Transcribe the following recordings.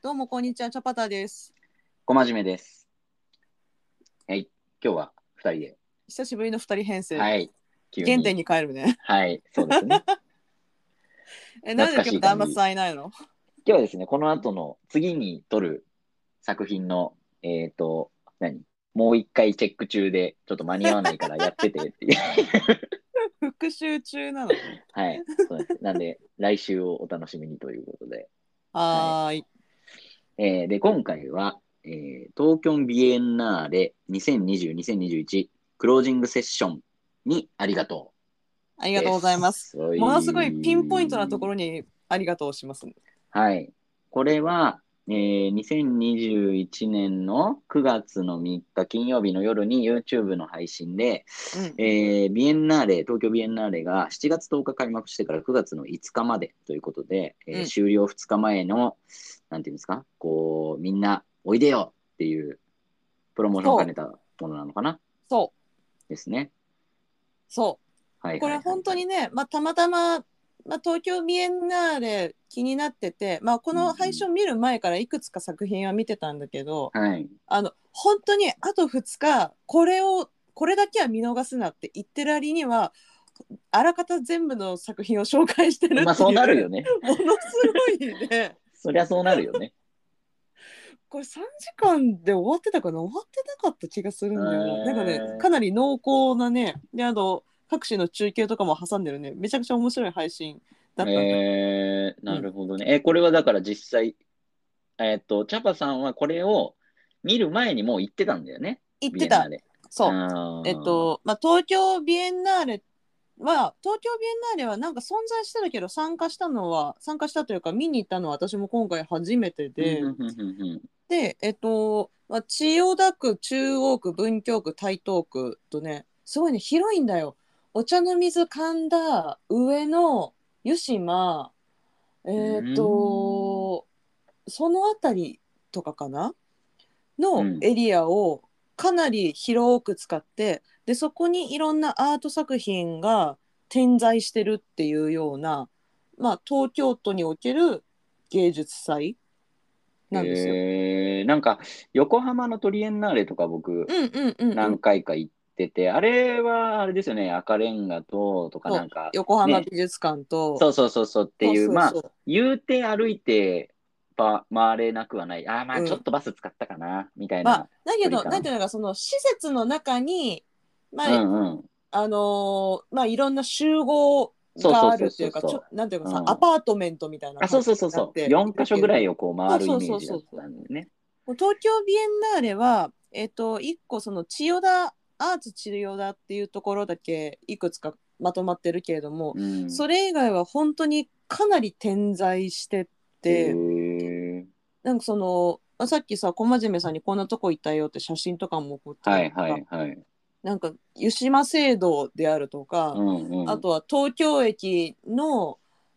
どうもこんにちは、チャパタです。 小真面目です。はい。今日は2人で。 久しぶりの二人編成。 はい。急に。 原点に帰るね。 はい。そうですね。 なんで懐か今日ダーマしい感じ。 さんいないの？ 今日はですね、この後の次に撮る作品の、何もう一回チェック中で、ちょっと間に合わないからやっててっていう。 復習中なのね。 はい。そうです。なんで、来週をお楽しみにということで。はい。 はーい。 で、今回は、東京ビエンナーレ2020-2021クロージングセッションにありがとうでありがとうございます。 す。おものすごいピンポイントなとこい。 ろにありがとうします。 はい。これは、2021年の9月の3日金曜日の夜に YouTube の配信で、 うん。 ビエンナーレ、東京ビエンナーレが7月10日開幕してから9月の5日までということで、 うん。 終了2日前の、なんていうんですか、こう、みんなおいでよっていうプロモーションを兼そう。 ねたものなのかなそう。 ですね。 そう。 はいこれはいはいはい。 本当にね、たまたま、東京ビエンナーレ気になってて、こうんの配信を見る前からいくつか作品は見てたんだけど、 うん。はい。 本当にあと2日、これだけは見逃すなって言ってる割には、あらかた全部の作品を紹介してるまあそうっていう、 なるよね。 ものすごいね。 そりゃそうなるよね。 これ3時間で終わってたかな、終わってなかった気がするんだよな。なんかね、かなり濃厚なね、で、各種の中継とかも挟んでるね、めちゃくちゃ面白い配信だったんだ。うなん。 るほどね。これはだから実際、チャパさんはこれを見る前にもう行ってたんだよね。 行ってた。 ビエンナーレ。 そう。東京ビエンナーレ東京ビエンナーレはなんか存在してたけど、参加したというか見に行ったのは私も今回初めてうん、 で、 うん、うん、うん。 で、千代田区、中央区、文京区、台東区とね、すごいね、広いんだよ。お茶の水、神田、上野、湯島、 うん。 そのあたりとかかなうん。 のエリアをかなり広く使って、で、そこにいろんなアート作品が点在してるっていうような、東京都における芸術祭なんですよ。 なんか、横浜のトリエンナーレとか僕、 うんうんうんうん。 何回か行ってて、あれは、あれですよね、赤レンガとかそう、 なんか、 横浜ね、 美術館と、 そうそうそうそうってそういう、まあ、 そうそ言うて歩いて回れなくはない。まあ、 う。うん。 ちょっとバス使ったかな、みたいなだけど、なん距離感。 ていうのか、その施設の中に、まあ、 うんうん。 いろんな集合がそうそうそうあるっていうか、 そうそなんていうかう。 さ、 うん。 アパートメントみたいなあ、そう感じにそうそうそう。 なってい 4箇所ぐらいるけれど、 をこう回るイそうそうメージだっそうそうそう。 たんでね。 東京ビエンナーレは、一個そのアーツ千代田っていうところだけいくつかまとまってるけれども、 うん。 それ以外は本当にかなり点在してへて、 え。 なんかさっきさ、小真面目さんにこんなとこ行ったよって写真とかも送ったけどはいはさ、 いはい。 なんか湯島聖堂であるとか、 うんうん。 あとは東京駅の、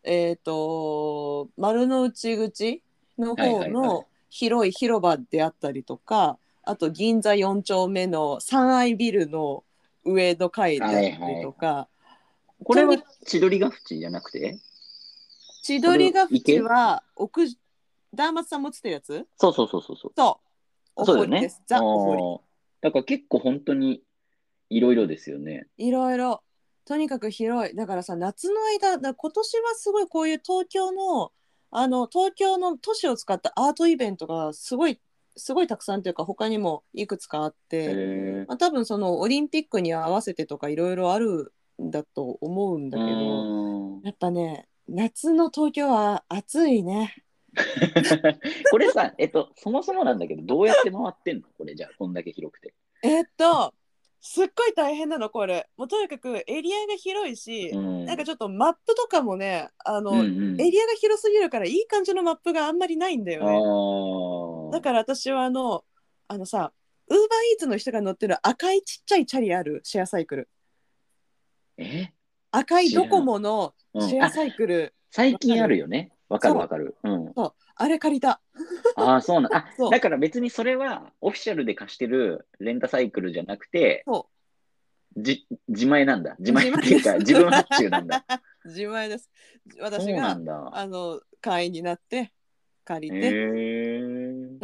丸の内口のはいはいはい。 方の広い広場であったりとか、あと銀座4丁目の三愛ビルの上の階ではいあったりはいはい。 とか、 これはとに千鳥ヶ淵じゃなくて千これ鳥ヶ淵池はダーマツさん持ってたやつ。 そうそうそうそうそそう、 う。 おそうだよね。 堀です。ザ・お堀。 だから結構本当にいろいろですよね。 いろいろ、とにかく広い。だからさ、夏の間、今年はすごいこういう東京の都市を使ったアートイベントがすごいたくさんというか、他にもいくつかあっへて、 え。 多分そのオリンピックに合わせてとかいろいろあるんだと思うんうだけど、 ーん。 やっぱね、夏の東京は暑いね。 これさ、そもそもなんだけど、どうやって回ってんのこれじゃあ、こんだけ広くて。 えーっと、すっごい大変なの、これ。もうとにかくエリアが広いし、 うん。うんなんかちょっとマップとかもね、 うん。 エリアが広すぎるからいい感じのマップがあんまりないんだよあね。だあ。 から私はさ、ウーバーイーツの人が乗ってる赤いちっちゃいチャリあるシェアサイクル。 え赤いドコ知らん。 モのうん。 シェアサイクル、 最近あるわかる？ よね。わかるそう、 わかる。うん。 そう、あれ借りた。 ああ、そうなん。 そう、 だから別にそれはオフィシャルで貸してるレンタサイクルじゃなくて、 そ自前なんだ。自う、 前自前です。 っていうか、自分発注なんだ。 自前です。私そうなが、 んだ。 会員になって、借りへて、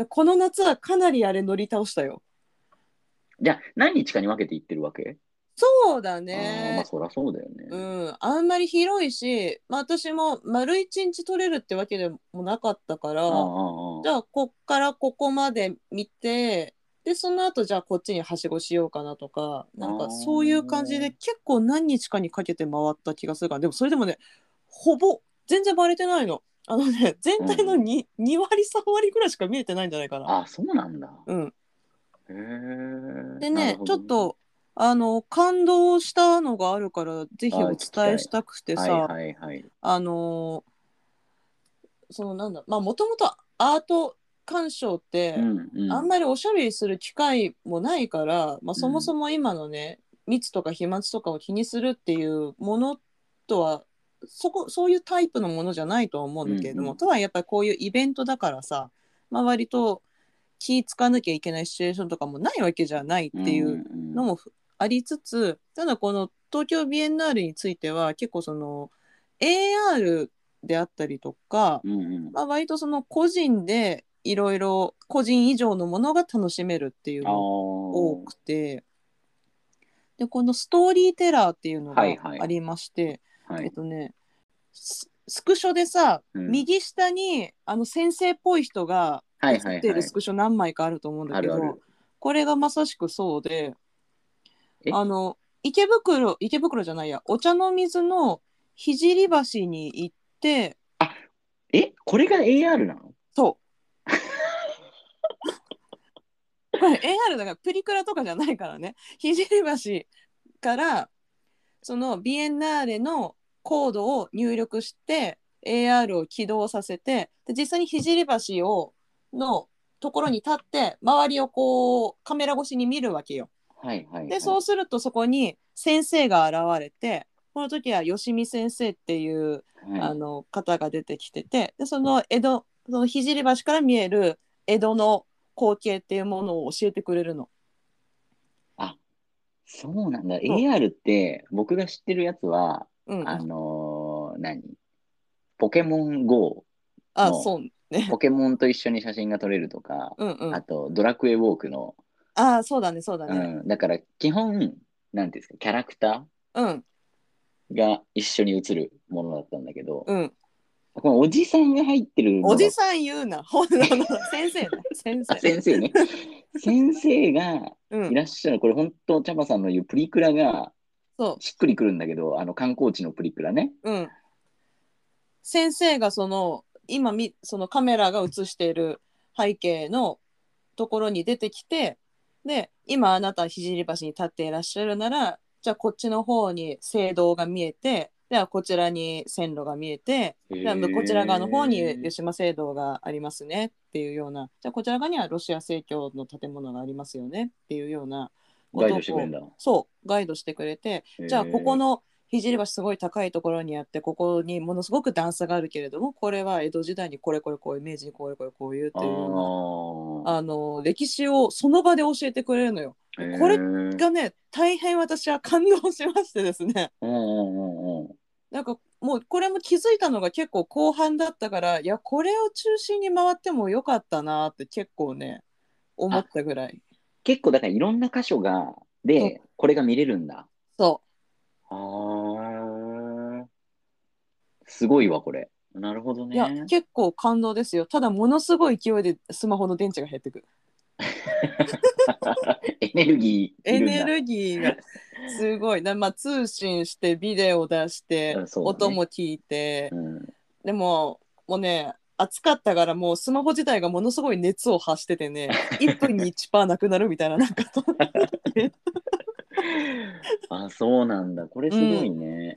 でこの夏はかなりあれ乗り倒したよ。 じゃあ、何日かに分けて行ってるわけ？ そうだああ、まあ、 ね。 そりゃそうだようね。 ん、あんまり広いし、まあ、私も丸一日取れるってわけでもなかったかああ、 ら、 ああ、 じゃあこっからここまで見て、でその後じゃあこっちにはしごしようかなとか、 あなんかそういう感じで結構何日かにかけて回った気がするから、でもそれでもね、ほぼ全然回れてないの。全あ、 体のうん。 2割3割ぐらいしか見えてないんじゃないかな。 ああ、そうなんだ。 うん。 へえ、 でね、 なるほどね。 ちょっと感動したのがあるからぜひああ、 お聞きたい。 伝えしたくてはいさ、 はいはい。 あのそのなんだ、まあもともとアート鑑賞ってうんうんあんまりおしゃべりする機会もないから、まあ、 うん。 そもそも今のね密とか飛沫とかを気にするっていうものとはそういうタイプのものじゃないとは思うんうんだけれども、 うん。 とはやっぱりこういうイベントだからさ、まあ、割と気使わなきゃいけないシチュエーションとかもないわけじゃないっうんていううんのもありつつ、ただこの東京ビエンナーレについては結構その AR であったりとか、 うんうん。 まあ、割とその個人でいろいろ個人以上のものが楽しめるっていうああ、 ものが多くて、でこのストーリーテラーっていうのはいはいがありまして、 はい。 スクショでさうん。 右下に先生っぽい人がはい写っているはいはい。 スクショ何枚かあると思うんだけど、 あるある。 これがまさしくそうで、 え池袋じゃないや、お茶の水の聖橋に行って、 あ、これが AR なの？ そうこれ AR だからプリクラとかじゃないからね。聖橋からそのビエンナーレのコードを入力して AR を起動させて、で実際に聖橋のところに立って周りをこうカメラ越しに見るわけよ。 はいはいではい。 そうするとそこに先生が現れて、この時は吉見先生っていうはい。 方が出てきてて、でその聖橋から見える江戸の光景っていうものを教えてくれるの。 あ、そうなんだ。 そ AR って僕が知ってるやつは、 う、うん、 何ポケモン GO のそうね。 ポケモンと一緒に写真が撮れるとか、 うんうん。 あとドラクエウォークの、 そうだね、そうだね。 うん、だから基本、なんていうんですか、キャラクタうん、 ーが一緒に写るものだったんだけど、 うん。 このおじさんが入ってるのが、 おじさん言うな。先生ね、先あ、 生。 先生ね。先生がうん、 いらっしゃる、これ本当、チャパさんの言うプリクラがそしっくりくるんだけど、観光地のプリクラね。 う、うん。先生がそのカメラが映している背景のところに出てきて、で今あなた聖橋に立っていらっしゃるなら、じゃあこっちの方に聖堂が見えて、ではこちらに線路が見えて、 へではこちら側の方にえ。 湯島聖堂がありますねっていうような、じゃあこちら側にはロシア正教の建物がありますよねっていうようなこガイとを、 ドしてくれんだ。 そうガイドしてくれて、 へじゃあここえ。 の聖橋すごい高いところにあって、ここにものすごく段差があるけれども、これは江戸時代にこれこれこういう、明治にこれこれこういうっあていうようなあ。 歴史をその場で教えてくれるのよ。 へでこれえ。 がね大変私は感動しましてですね、 うんうんうんうん。 なんかもうこれも気づいたのが結構後半だったから、いやこれを中心に回ってもよかったなって結構ね思っあ、 たぐらい。 結構だからいろんな箇所が、 そうで、これが見れるんだ。 そああ。すごいわ、これ。なるほどいやね。 結構感動ですよ。ただものすごい勢いでスマホの電池が減ってく。 エネルギーいるんだ。 エネルギーがすごいまあ、通信してビデオ出してうん、そうだ音ね。 も聞いて、 うん。 でももうね暑かったからもうスマホ自体がものすごい熱を発しててね、1分に1%なくなるみたいな、なんかそんなあ、そうなんだ。これうすごいん、 ね。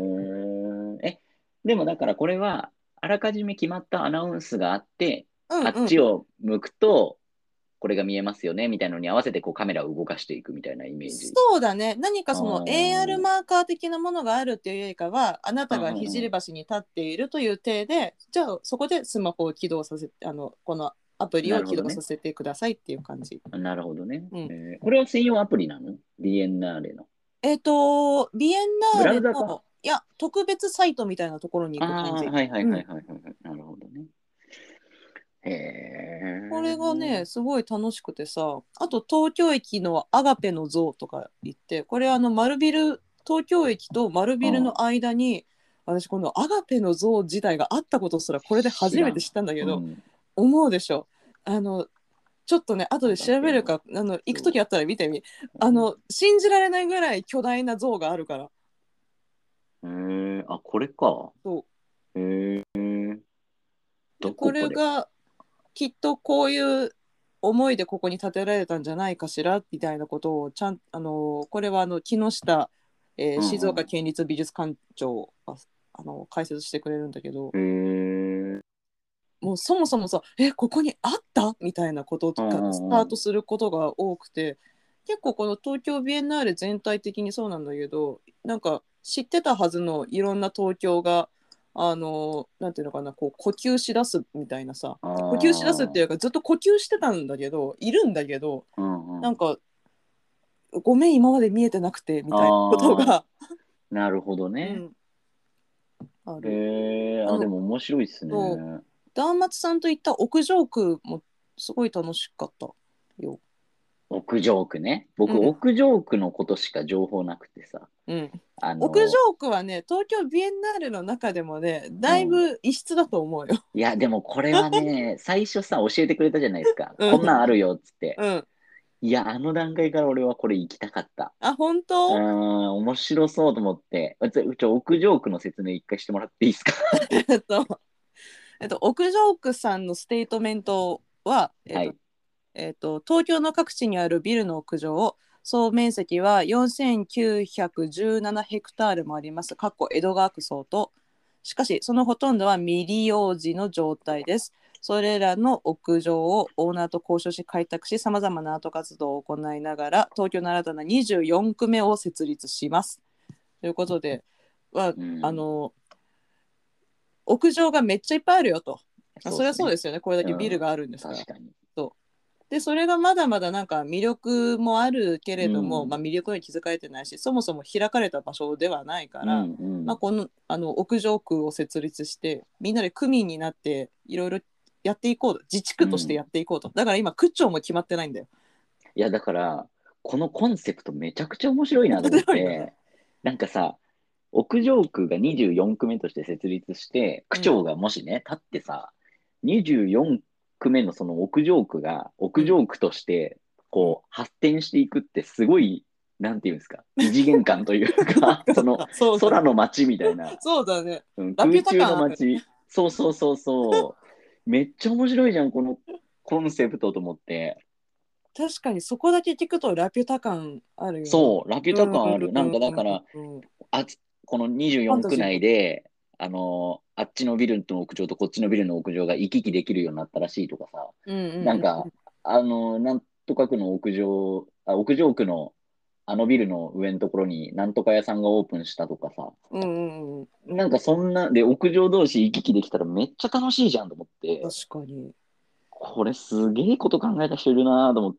でもだからこれは、あらかじめ決まったアナウンスがあって、あっうんうんちを向くと、これが見えますよね、みたいなのに合わせてこうカメラを動かしていくみたいなイメージ。 そうだね、何かああ、 そのうん AR マーカー的なものがあるっていうよりかは、あなたが聖うんう橋に立っているという体で、じゃあそこでスマホを起動させて、このアプん。 リを起なるほどね。 動させてくださいっていう感じ。 なるほどね。 うん、 これは専用アプリなの？ DNR の。 ビエンブナーレラウザか。 の、いや、特別サイトみたいなところにあ行く感あ、 じ。 はいはいうん。 はいはいはいはい。なるほどね。へえ。 これがねすごい楽しくてさ、あと東京駅のアガペの像とか行って、これ丸ビル、東京駅と丸ビルの間に、私このアガペの像自体があったことすらこれで初めて知ったんだけど、思うでしょ。ちょっとね後で調べるか、行く時あったら見てみ。信じられないぐらい巨大な像があるから。 あ、これか。 そう。 どここれがきっとこういう思いでここに建てられたんじゃないかしらみたいなことをこれは木下、静岡県立美術館長が解説してくれるんだけど、もうそもそもさここにあったみたいなことがスタートすることが多くて、結構この東京ビエンナーレ全体的にそうなんだけど、なんか知ってたはずのいろんな東京がなんていうのかな、こう呼吸しだすみたいなさ、呼吸しだすっていうかずっと呼吸してたんだけど、いるんだけど、なんかごめん今まで見えてなくてみたいなことがなるほどね、 ある。 でも面白いっすね。 ダーマツさんと行った屋上区もすごい楽しかったよ。 屋上区ね。僕、屋上区のことしか情報なくてさ。 屋上区はね、東京ビエンナーレの中でもね、だいぶ異質だと思うよ。 いや、でもこれはね、最初さ、教えてくれたじゃないですか。こんなんあるよ、っつって。いや、あの段階から俺はこれ行きたかった。 あ、本当？ 面白そうと思って。屋上区の説明一回してもらっていいですか？ 屋上区さんのステートメントは、東京の各地にあるビルの屋上、総面積は4917ヘクタールもあります。江戸川区相当。しかし、そのほとんどは未利用時の状態です。それらの屋上をオーナーと交渉し開拓し、さまざまなアート活動を行いながら、東京の新たな24区目を設立します。ということで、屋上がめっちゃいっぱいあるよと。それはそうですよね。これだけビルがあるんですから。 確かに。 でそれがまだまだなんか魅力もあるけれども、魅力に気づかれてないし、そもそも開かれた場所ではないから、この屋上区を設立してみんなで区民になっていろいろやっていこうと、自治区としてやっていこうと、だから今区長も決まってないんだよ。 いやだからこのコンセプトめちゃくちゃ面白いなと思ってなんかさ、屋上区が24区目として設立して、区長がもしね、立ってさ、24区目のその屋上区が屋上区として、こう、発展していくってすごい、なんていうんですか、異次元感というか、その、空の街みたいな。 そうだね。 空中の街。そうそうそうそう。めっちゃ面白いじゃん、このコンセプトと思って。 確かにそこだけ聞くとラピュタ感あるよね。 そう、ラピュタ感ある。なんかだから、この24区内で、あっちのビルの屋上とこっちのビルの屋上が行き来できるようになったらしいとかさ、なんか、なんとか区の屋上区のあのビルの上のところになんとか屋さんがオープンしたとかさ、なんかそんな、で、屋上同士行き来できたらめっちゃ楽しいじゃんと思って、 確かに。 これすげえこと考えた人いるなと思って、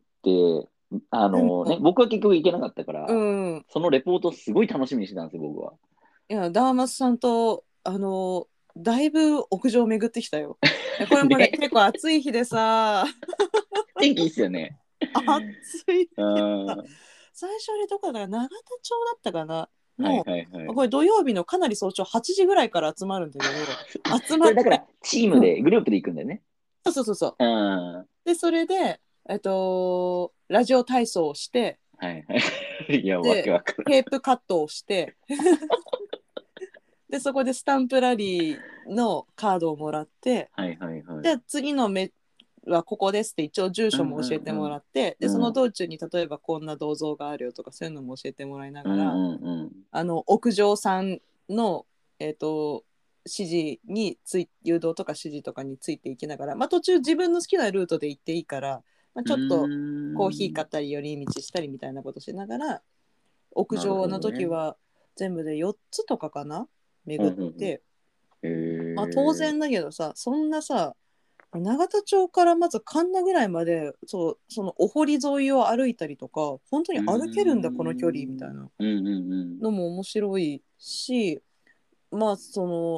僕は結局行けなかったから、そのレポートすごい楽しみにしてたんですよ、僕は。 いや、ダーマスさんと、だいぶ屋上巡ってきたよ。これもね、結構暑い日でさ、 天気いいっすよね。 暑い日最初にどこだから永田町だったかなの、これ土曜日のかなり早朝8時ぐらいから集まるんだけど、集まって。 これだからチームで、グループで行くんだよね。 そうそうそう。で、それで、ラジオ体操をして、 いや、わけわかる。 テープカットをして、で、そこでスタンプラリーのカードをもらって、で、次の目はここですって一応住所も教えてもらって、で、その道中に例えばこんな銅像があるよとかそういうのも教えてもらいながら、屋上さんの、指示に誘導とか指示とかについていきながら、途中自分の好きなルートで行っていいから、ちょっとコーヒー買ったり寄り道したりみたいなことしながら、屋上の時は全部で4つとかかな巡って、当然だけどさ、そんなさ、永田町からまず神田ぐらいまでそのお堀沿いを歩いたりとか、本当に歩けるんだこの距離みたいなのも面白いし、その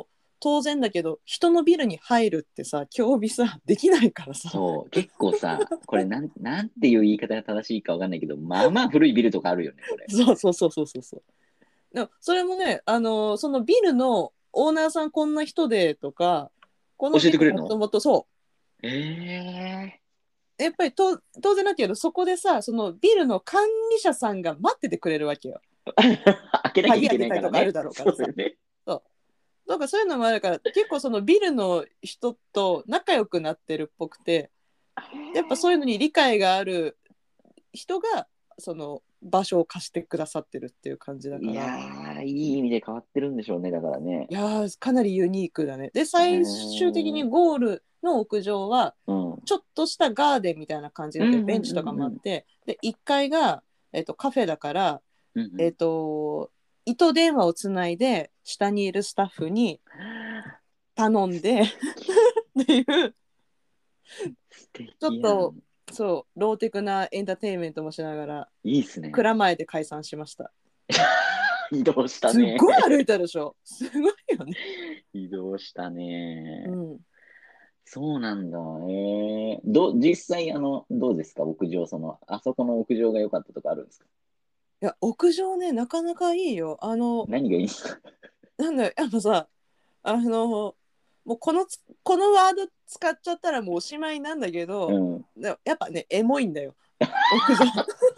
当然だけど人のビルに入るってさ競技さできないからさ。 そう、結構さ、これなんていう言い方が正しいかわかんないけど、まあまあ古いビルとかあるよね、これ。 そうそうそうそうそうそう。でもそれもね、そのビルのオーナーさんこんな人でとか、こ教のビルもとえてくれるの？ もとそええう、やっぱり当然だけど、そこでさ、そのビルの管理者さんが待っててくれるわけよ。 ー。開けなきゃいけ鍵開けたりないからね。 とかあるだろうからさ。 そうだよね。 そう。なんかそういうのもあるから、結構そのビルの人と仲良くなってるっぽくて、やっぱそういうのに理解がある人が、その場所を貸してくださってるっていう感じだいから。 やー、いい意味で変わってるんでしょうね、だからね。 いやーかなりユニークだね。でえ最終的にー、 ゴールの屋上はうん。うんちょっとしたガーデンみたいな感じうんだけどベンチとかうんうん。 もあって、で1階が、カフェだから、 うんうん。 糸電話をつないで下にいるスタッフに頼んでっていう素ちょっ敵やん。 とそうローテクなエンターテインメントもしながらいいっすね。 蔵前で解散しました。 移動したすっね。 ごい歩いたでしょ。すごいよね。 移動したね。 うん。 そうなんだ。実際、どうですか屋上、あそこの屋上が良かったとかあるんですか？ いや屋上ねなかなかいいよ。 何がいいんですか？ なんだよさもうこのワード使っちゃったらもうおしまいなんだけど、 うん。 やっぱねエモいんだよ屋上。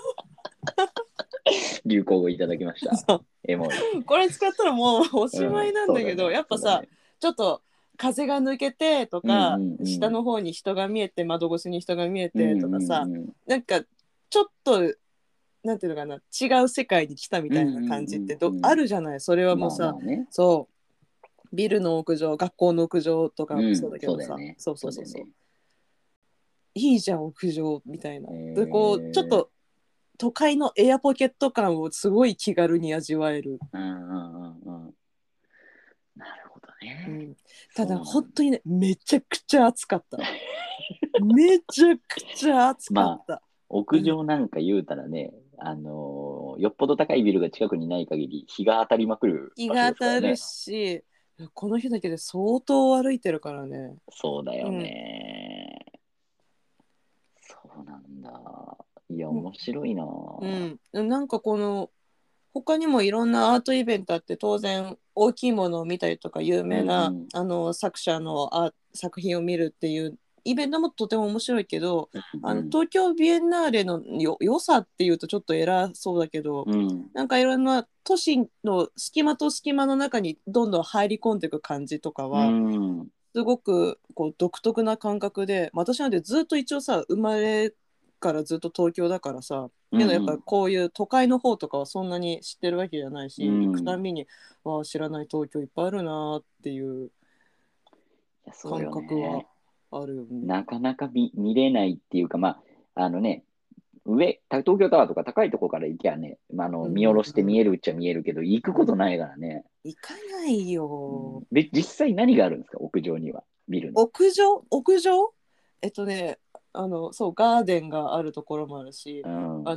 流行語いただきました。 そエモい。 うこれ使ったらもうおしまいうん。 なんだけど、 そうだね。 やっぱさそうだね。 ちょっと風が抜けてとうんうかんうん。 下の方に人が見えて窓越しに人が見えてうんうとかさ、 んうん。 なんかちょっとなんていうのかな違う世界に来たみうんたいな感じってうんうんあるじゃない。それはうん。まあまもうさ、 あね。 そうビルの屋上学校の屋上とかもそううん。 だけどさ、 そうだよね。 そうそうそうそう、 そうだよね。 いいじゃん屋上みたいな。でこうちょっー、 と都会のエアポケット感をすごい気軽に味わえる、 うんうんうんうん。なるほどね。 うん、ただそうなんだ。 本当にねめちゃくちゃ暑かった。めちゃくちゃ暑かっまあ、 た。う屋ん、 上なんか言うたらね、よっぽど高いビルが近くにない限り、日が当たりまくる日場所が当たるですからね。 しこの日だけで相当歩いてるからね。 そうだようん、 ね。そうなんだ。いや、面白いな。 うん、なんかこの他にもいろんなアートイベントあって当然大きいものを見たりとか有うん名なうん。 作者の作品を見るっていうイベントもとても面白いけど、 うん。 東京ビエンナーレの良さっていうとちょっと偉そうだけど、 うん。 なんかいろんな都市の隙間と隙間の中にどんどん入り込んでいく感じとかうはん。 すごくこう独特な感覚で、私なんてずっと一応さ生まれからずっと東京だからさ、けどやっぱうん。 こういう都会の方とかはそんなに知ってるわけじゃないし、 うん。 行くうん。 たびにわあ知らない東京いっぱいあるなっていういや、そう感よ覚はね。 あるよね。 なかなか見れないっていうか、まあ、東京タワーとか高いところから行きゃね、まあ、 うん、 見下ろして見えるっちゃ見えるけど、行くうん、 ことないからね。 行かないうん、 よ。 で、実際何があるんですか屋上には、ビルの。 屋上ねそうガーデンがあるところもあるし、 うん。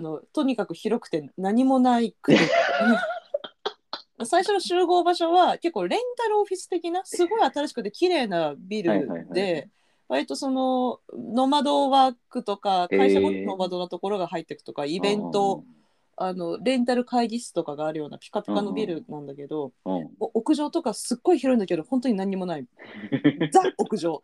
とにかく広くて何もないくて最初の集合場所は結構レンタルオフィス的なすごい新しくて綺麗なビルはいはいはいはで、割とそのノマドワークとかい。 会社ごとノマドなところが入っていくとかイうんベント、 うんうん。 レンタル会議室とかがあるようなピカピカのビうんうんルなんだけど、 うん。 屋上とかすっごい広いんだけど本当に何にもないザ屋上。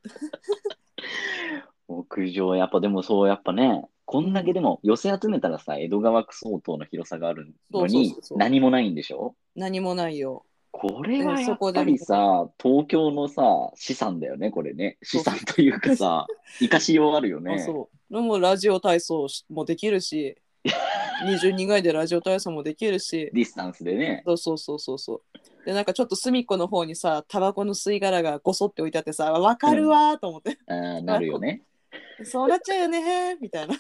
屋上、やっぱでもそう、やっぱね、こうん、 んだけでも寄せ集めたらさ、江戸川区相当の広さがあるそうそうそのに、 うそう、 何もないんでしょ？ 何もないよ。 これではやそこでもっぱりさ、東京のさ、資産だよね、これね。資そうそう産というかさ、生かしようあるよね。 そうでもラジオ体操もできるし22階でラジオ体操もできるし、 ディスタンスでね。 そうそうそうそうそう。でなんかちょっと隅っこの方にさタバコの吸い殻がごそって置いてあってさわかるうん。 わーと思って。 なるよね。 そうなっちゃうよねみたいな。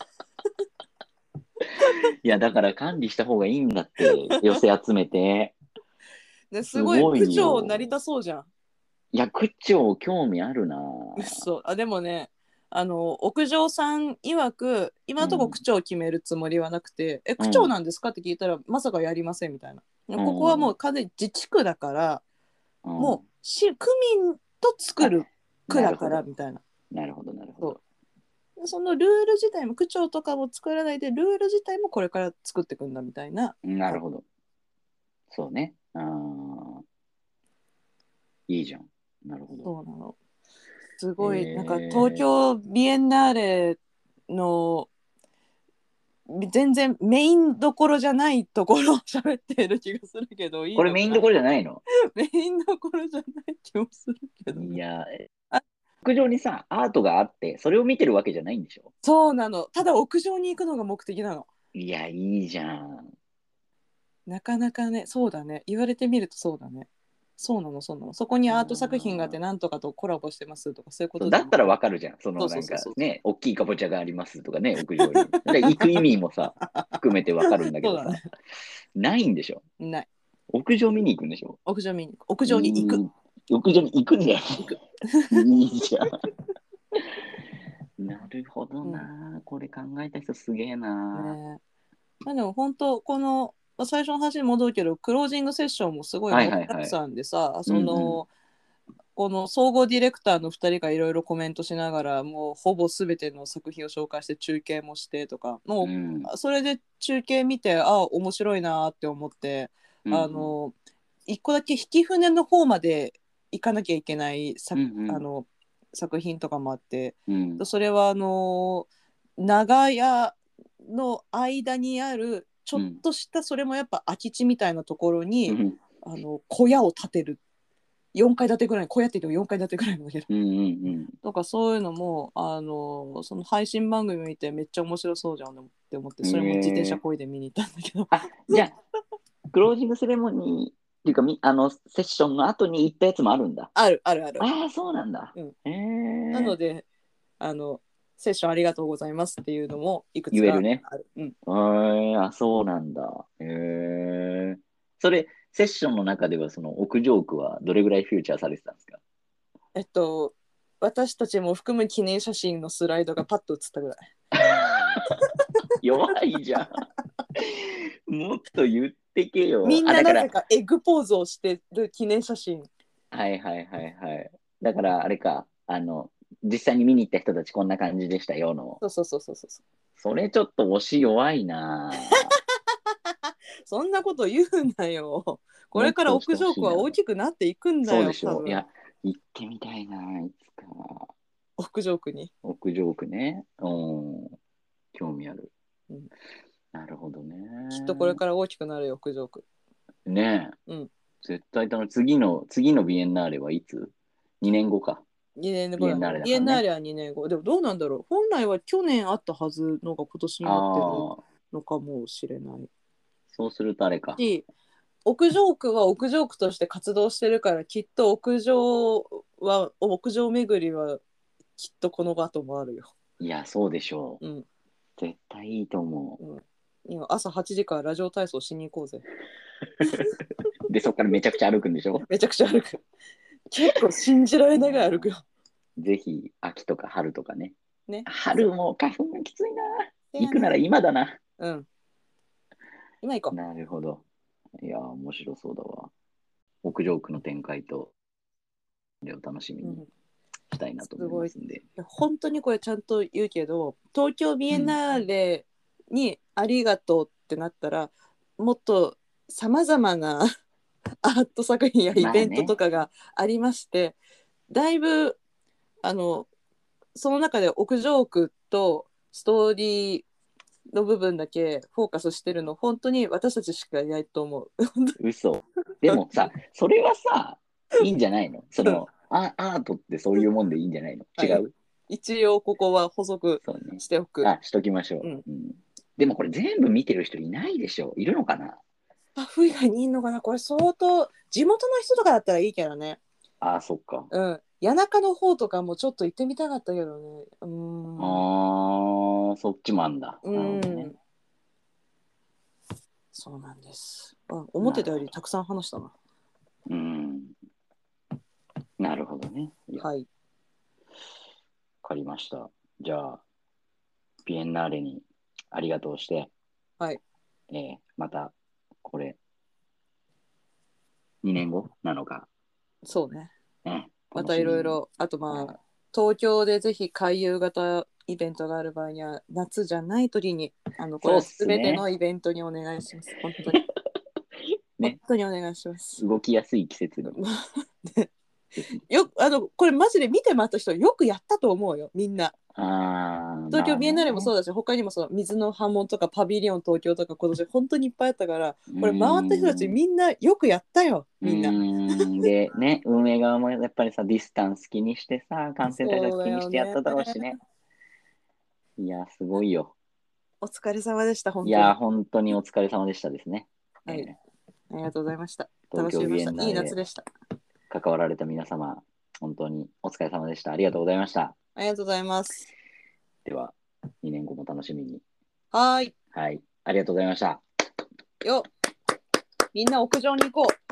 いや、だから管理した方がいいんだって、寄せ集めて。 ですすごごい区いよ。 長なりたそうじゃん。 いや、区長興味あるな。 そうでもね屋上さん曰く今のところうん。 区長を決めるつもりはなくて、区長うん。 なんですかって聞いたらまさかやりませんみたいな。 うここはん。うん。 もう完全に自治区だから、もううん。 区と作る区だからみたいな。 なるほどなるほど。 そのルール自体も区長とかも作らないでルール自体もこれから作っていくんだみたいな。 なるほど。そうね。いいじゃん。なるほど。 そうなの。すごい、なんか東京ビエンナーレの全然メインどころじゃないところを喋ってる気がするけど、いいのかな。 これメインどころじゃないの？ メインどころじゃない気もするけど、ね、 いや、屋上にさ、アートがあって、それを見てるわけじゃないんでしょ？ そうなの。ただ屋上に行くのが目的なの。 いや、いいじゃん。 なかなかね、そうだね。言われてみるとそうだね。そうなの、そうなの。そこにアート作品があってなんとかとコラボしてますとかそういうことだったらわかる。 るじゃん。そのなんそうそうそうそう。 かね、大きいかぼちゃがありますとかね、屋上に。で行く意味もさ、含めてわかるんだけどさ、 ね、 ないんでしょ？ ない。 屋上見に行くんでしょ？ 屋上見に行く。屋上に行く。 屋上に行くんだよ。 行く。 いいじゃん。なるほどな、これ考えた人すげえな。 ね、まあでも本当この最初の話に戻るけどクロージングセッションもすごい盛りだくさんでさ、この総合ディレクターの2人がいろいろコメントしながらもうほぼ全ての作品を紹介して中継もしてとかもう、それで中継見て面白いなって思って、一個だけ引き船の方まで行かなきゃいけない作品とかもあって、それは長屋の間にあるちょっとしたそれもやっぱ空き地みたいなところに、小屋を建てる4階建てぐらい、小屋って言っても4階建てぐらいなんだけど、とかそういうのもその配信番組見てめっちゃ面白そうじゃんって思って、それも自転車こいで見に行ったんだけど、 じゃあクロージングセレモニーっていうかセッションの後に行ったやつもあるんだ。 あるあるある。 ああ、そうなんだ。 なのでセッションありがとうございますっていうのもいくつか言えるね。 ある。 そうなんだ。それ、セッションの中では、その屋上区はどれぐらいフューチャーされてたんですか？ 私たちも含む記念写真のスライドがパッと写ったぐらい。 弱いじゃん。もっと言ってけよ。 みんななぜかエッグポーズをしてる記念写真。 はいはいはいはい。だからあれか、実際に見に行った人たちこんな感じでしたよの。 そうそう。 それちょっと推し弱いな。 そんなこと言うなよ。これから屋上区は大きくなっていくんだよ。 そうでしょう。いや、行ってみたいな、いつか。 屋上区に。 屋上区ね。興味ある。なるほどね。 きっとこれから大きくなるよ、屋上区。 ねえ。絶対次のビエンナーレはいつ？ 2 年後か。 2年後だね。ビエンナーレは2年後。でもどうなんだろう。本来は去年あったはずのが今年になってるのかもしれない。 そうするとあれか。 屋上区は屋上区として活動してるからきっと屋上巡りはきっとこの後もあるよ。 いや、そうでしょう。絶対いいと思う。 今朝8時からラジオ体操しに行こうぜ。 で、そっからめちゃくちゃ歩くんでしょ？ めちゃくちゃ歩く。結構信じられないぐらい歩くよ。 ぜひ、秋とか春とかね。春も花粉がきついな。行くなら今だな。 今行こう。 なるほど。いや、面白そうだわ。屋上区の展開と、お楽しみにしたいなと思いますんで。 本当にこれちゃんと言うけど、東京ビエンナーレにありがとうってなったら、もっとさまざまなアート作品やイベントとかがありまして、だいぶその中で屋上区とストーリーの部分だけフォーカスしてるの本当に私たちしかいないと思う。 嘘。でもさ、それはさ、いいんじゃないの？そのアートってそういうもんでいいんじゃないの？違う？ 一応ここは補足しておく。 しときましょう。でもこれ全部見てる人いないでしょ？いるのかな？ スタッフ以外にいるのかな？これ相当地元の人とかだったらいいけどね。 そっか。 谷中の方とかもちょっと行ってみたかったけどね。 そっちもあんだ。 そうなんです。思ってたよりたくさん話したな。 なるほどね。 はい。 わかりました。じゃあ、ビエンナーレにありがとうして、 はい。 また、これ、2年後なのか。 そうね。 またいろいろ、あとまあ、東京でぜひ回遊型イベントがある場合には、夏じゃない時に、これは全てのイベントにお願いします。本当に。 ね、 本当にお願いします。 動きやすい季節に。 これマジで見て回った人よくやったと思うよ、みんな。東京ビエンナーレもそうだし、他にもその水の波紋とかパビリオン東京とか今年本当にいっぱいあったから、これ回った人たちみんなよくやったよ、みんな。 でね、運営側もやっぱりさ、ディスタンス気にしてさ、感染対策気にしてやっただろうしね。いや、すごいよ。 お疲れ様でした、本当に。 いや、本当にお疲れ様でしたですね。 はい。ありがとうございました。 東京ビエンナーレいい夏でした。 関わられた皆様、本当にお疲れ様でした。ありがとうございました。 ありがとうございます。 では、2年後も楽しみに。 はい。 はい。ありがとうございました。 よっ。みんな屋上に行こう。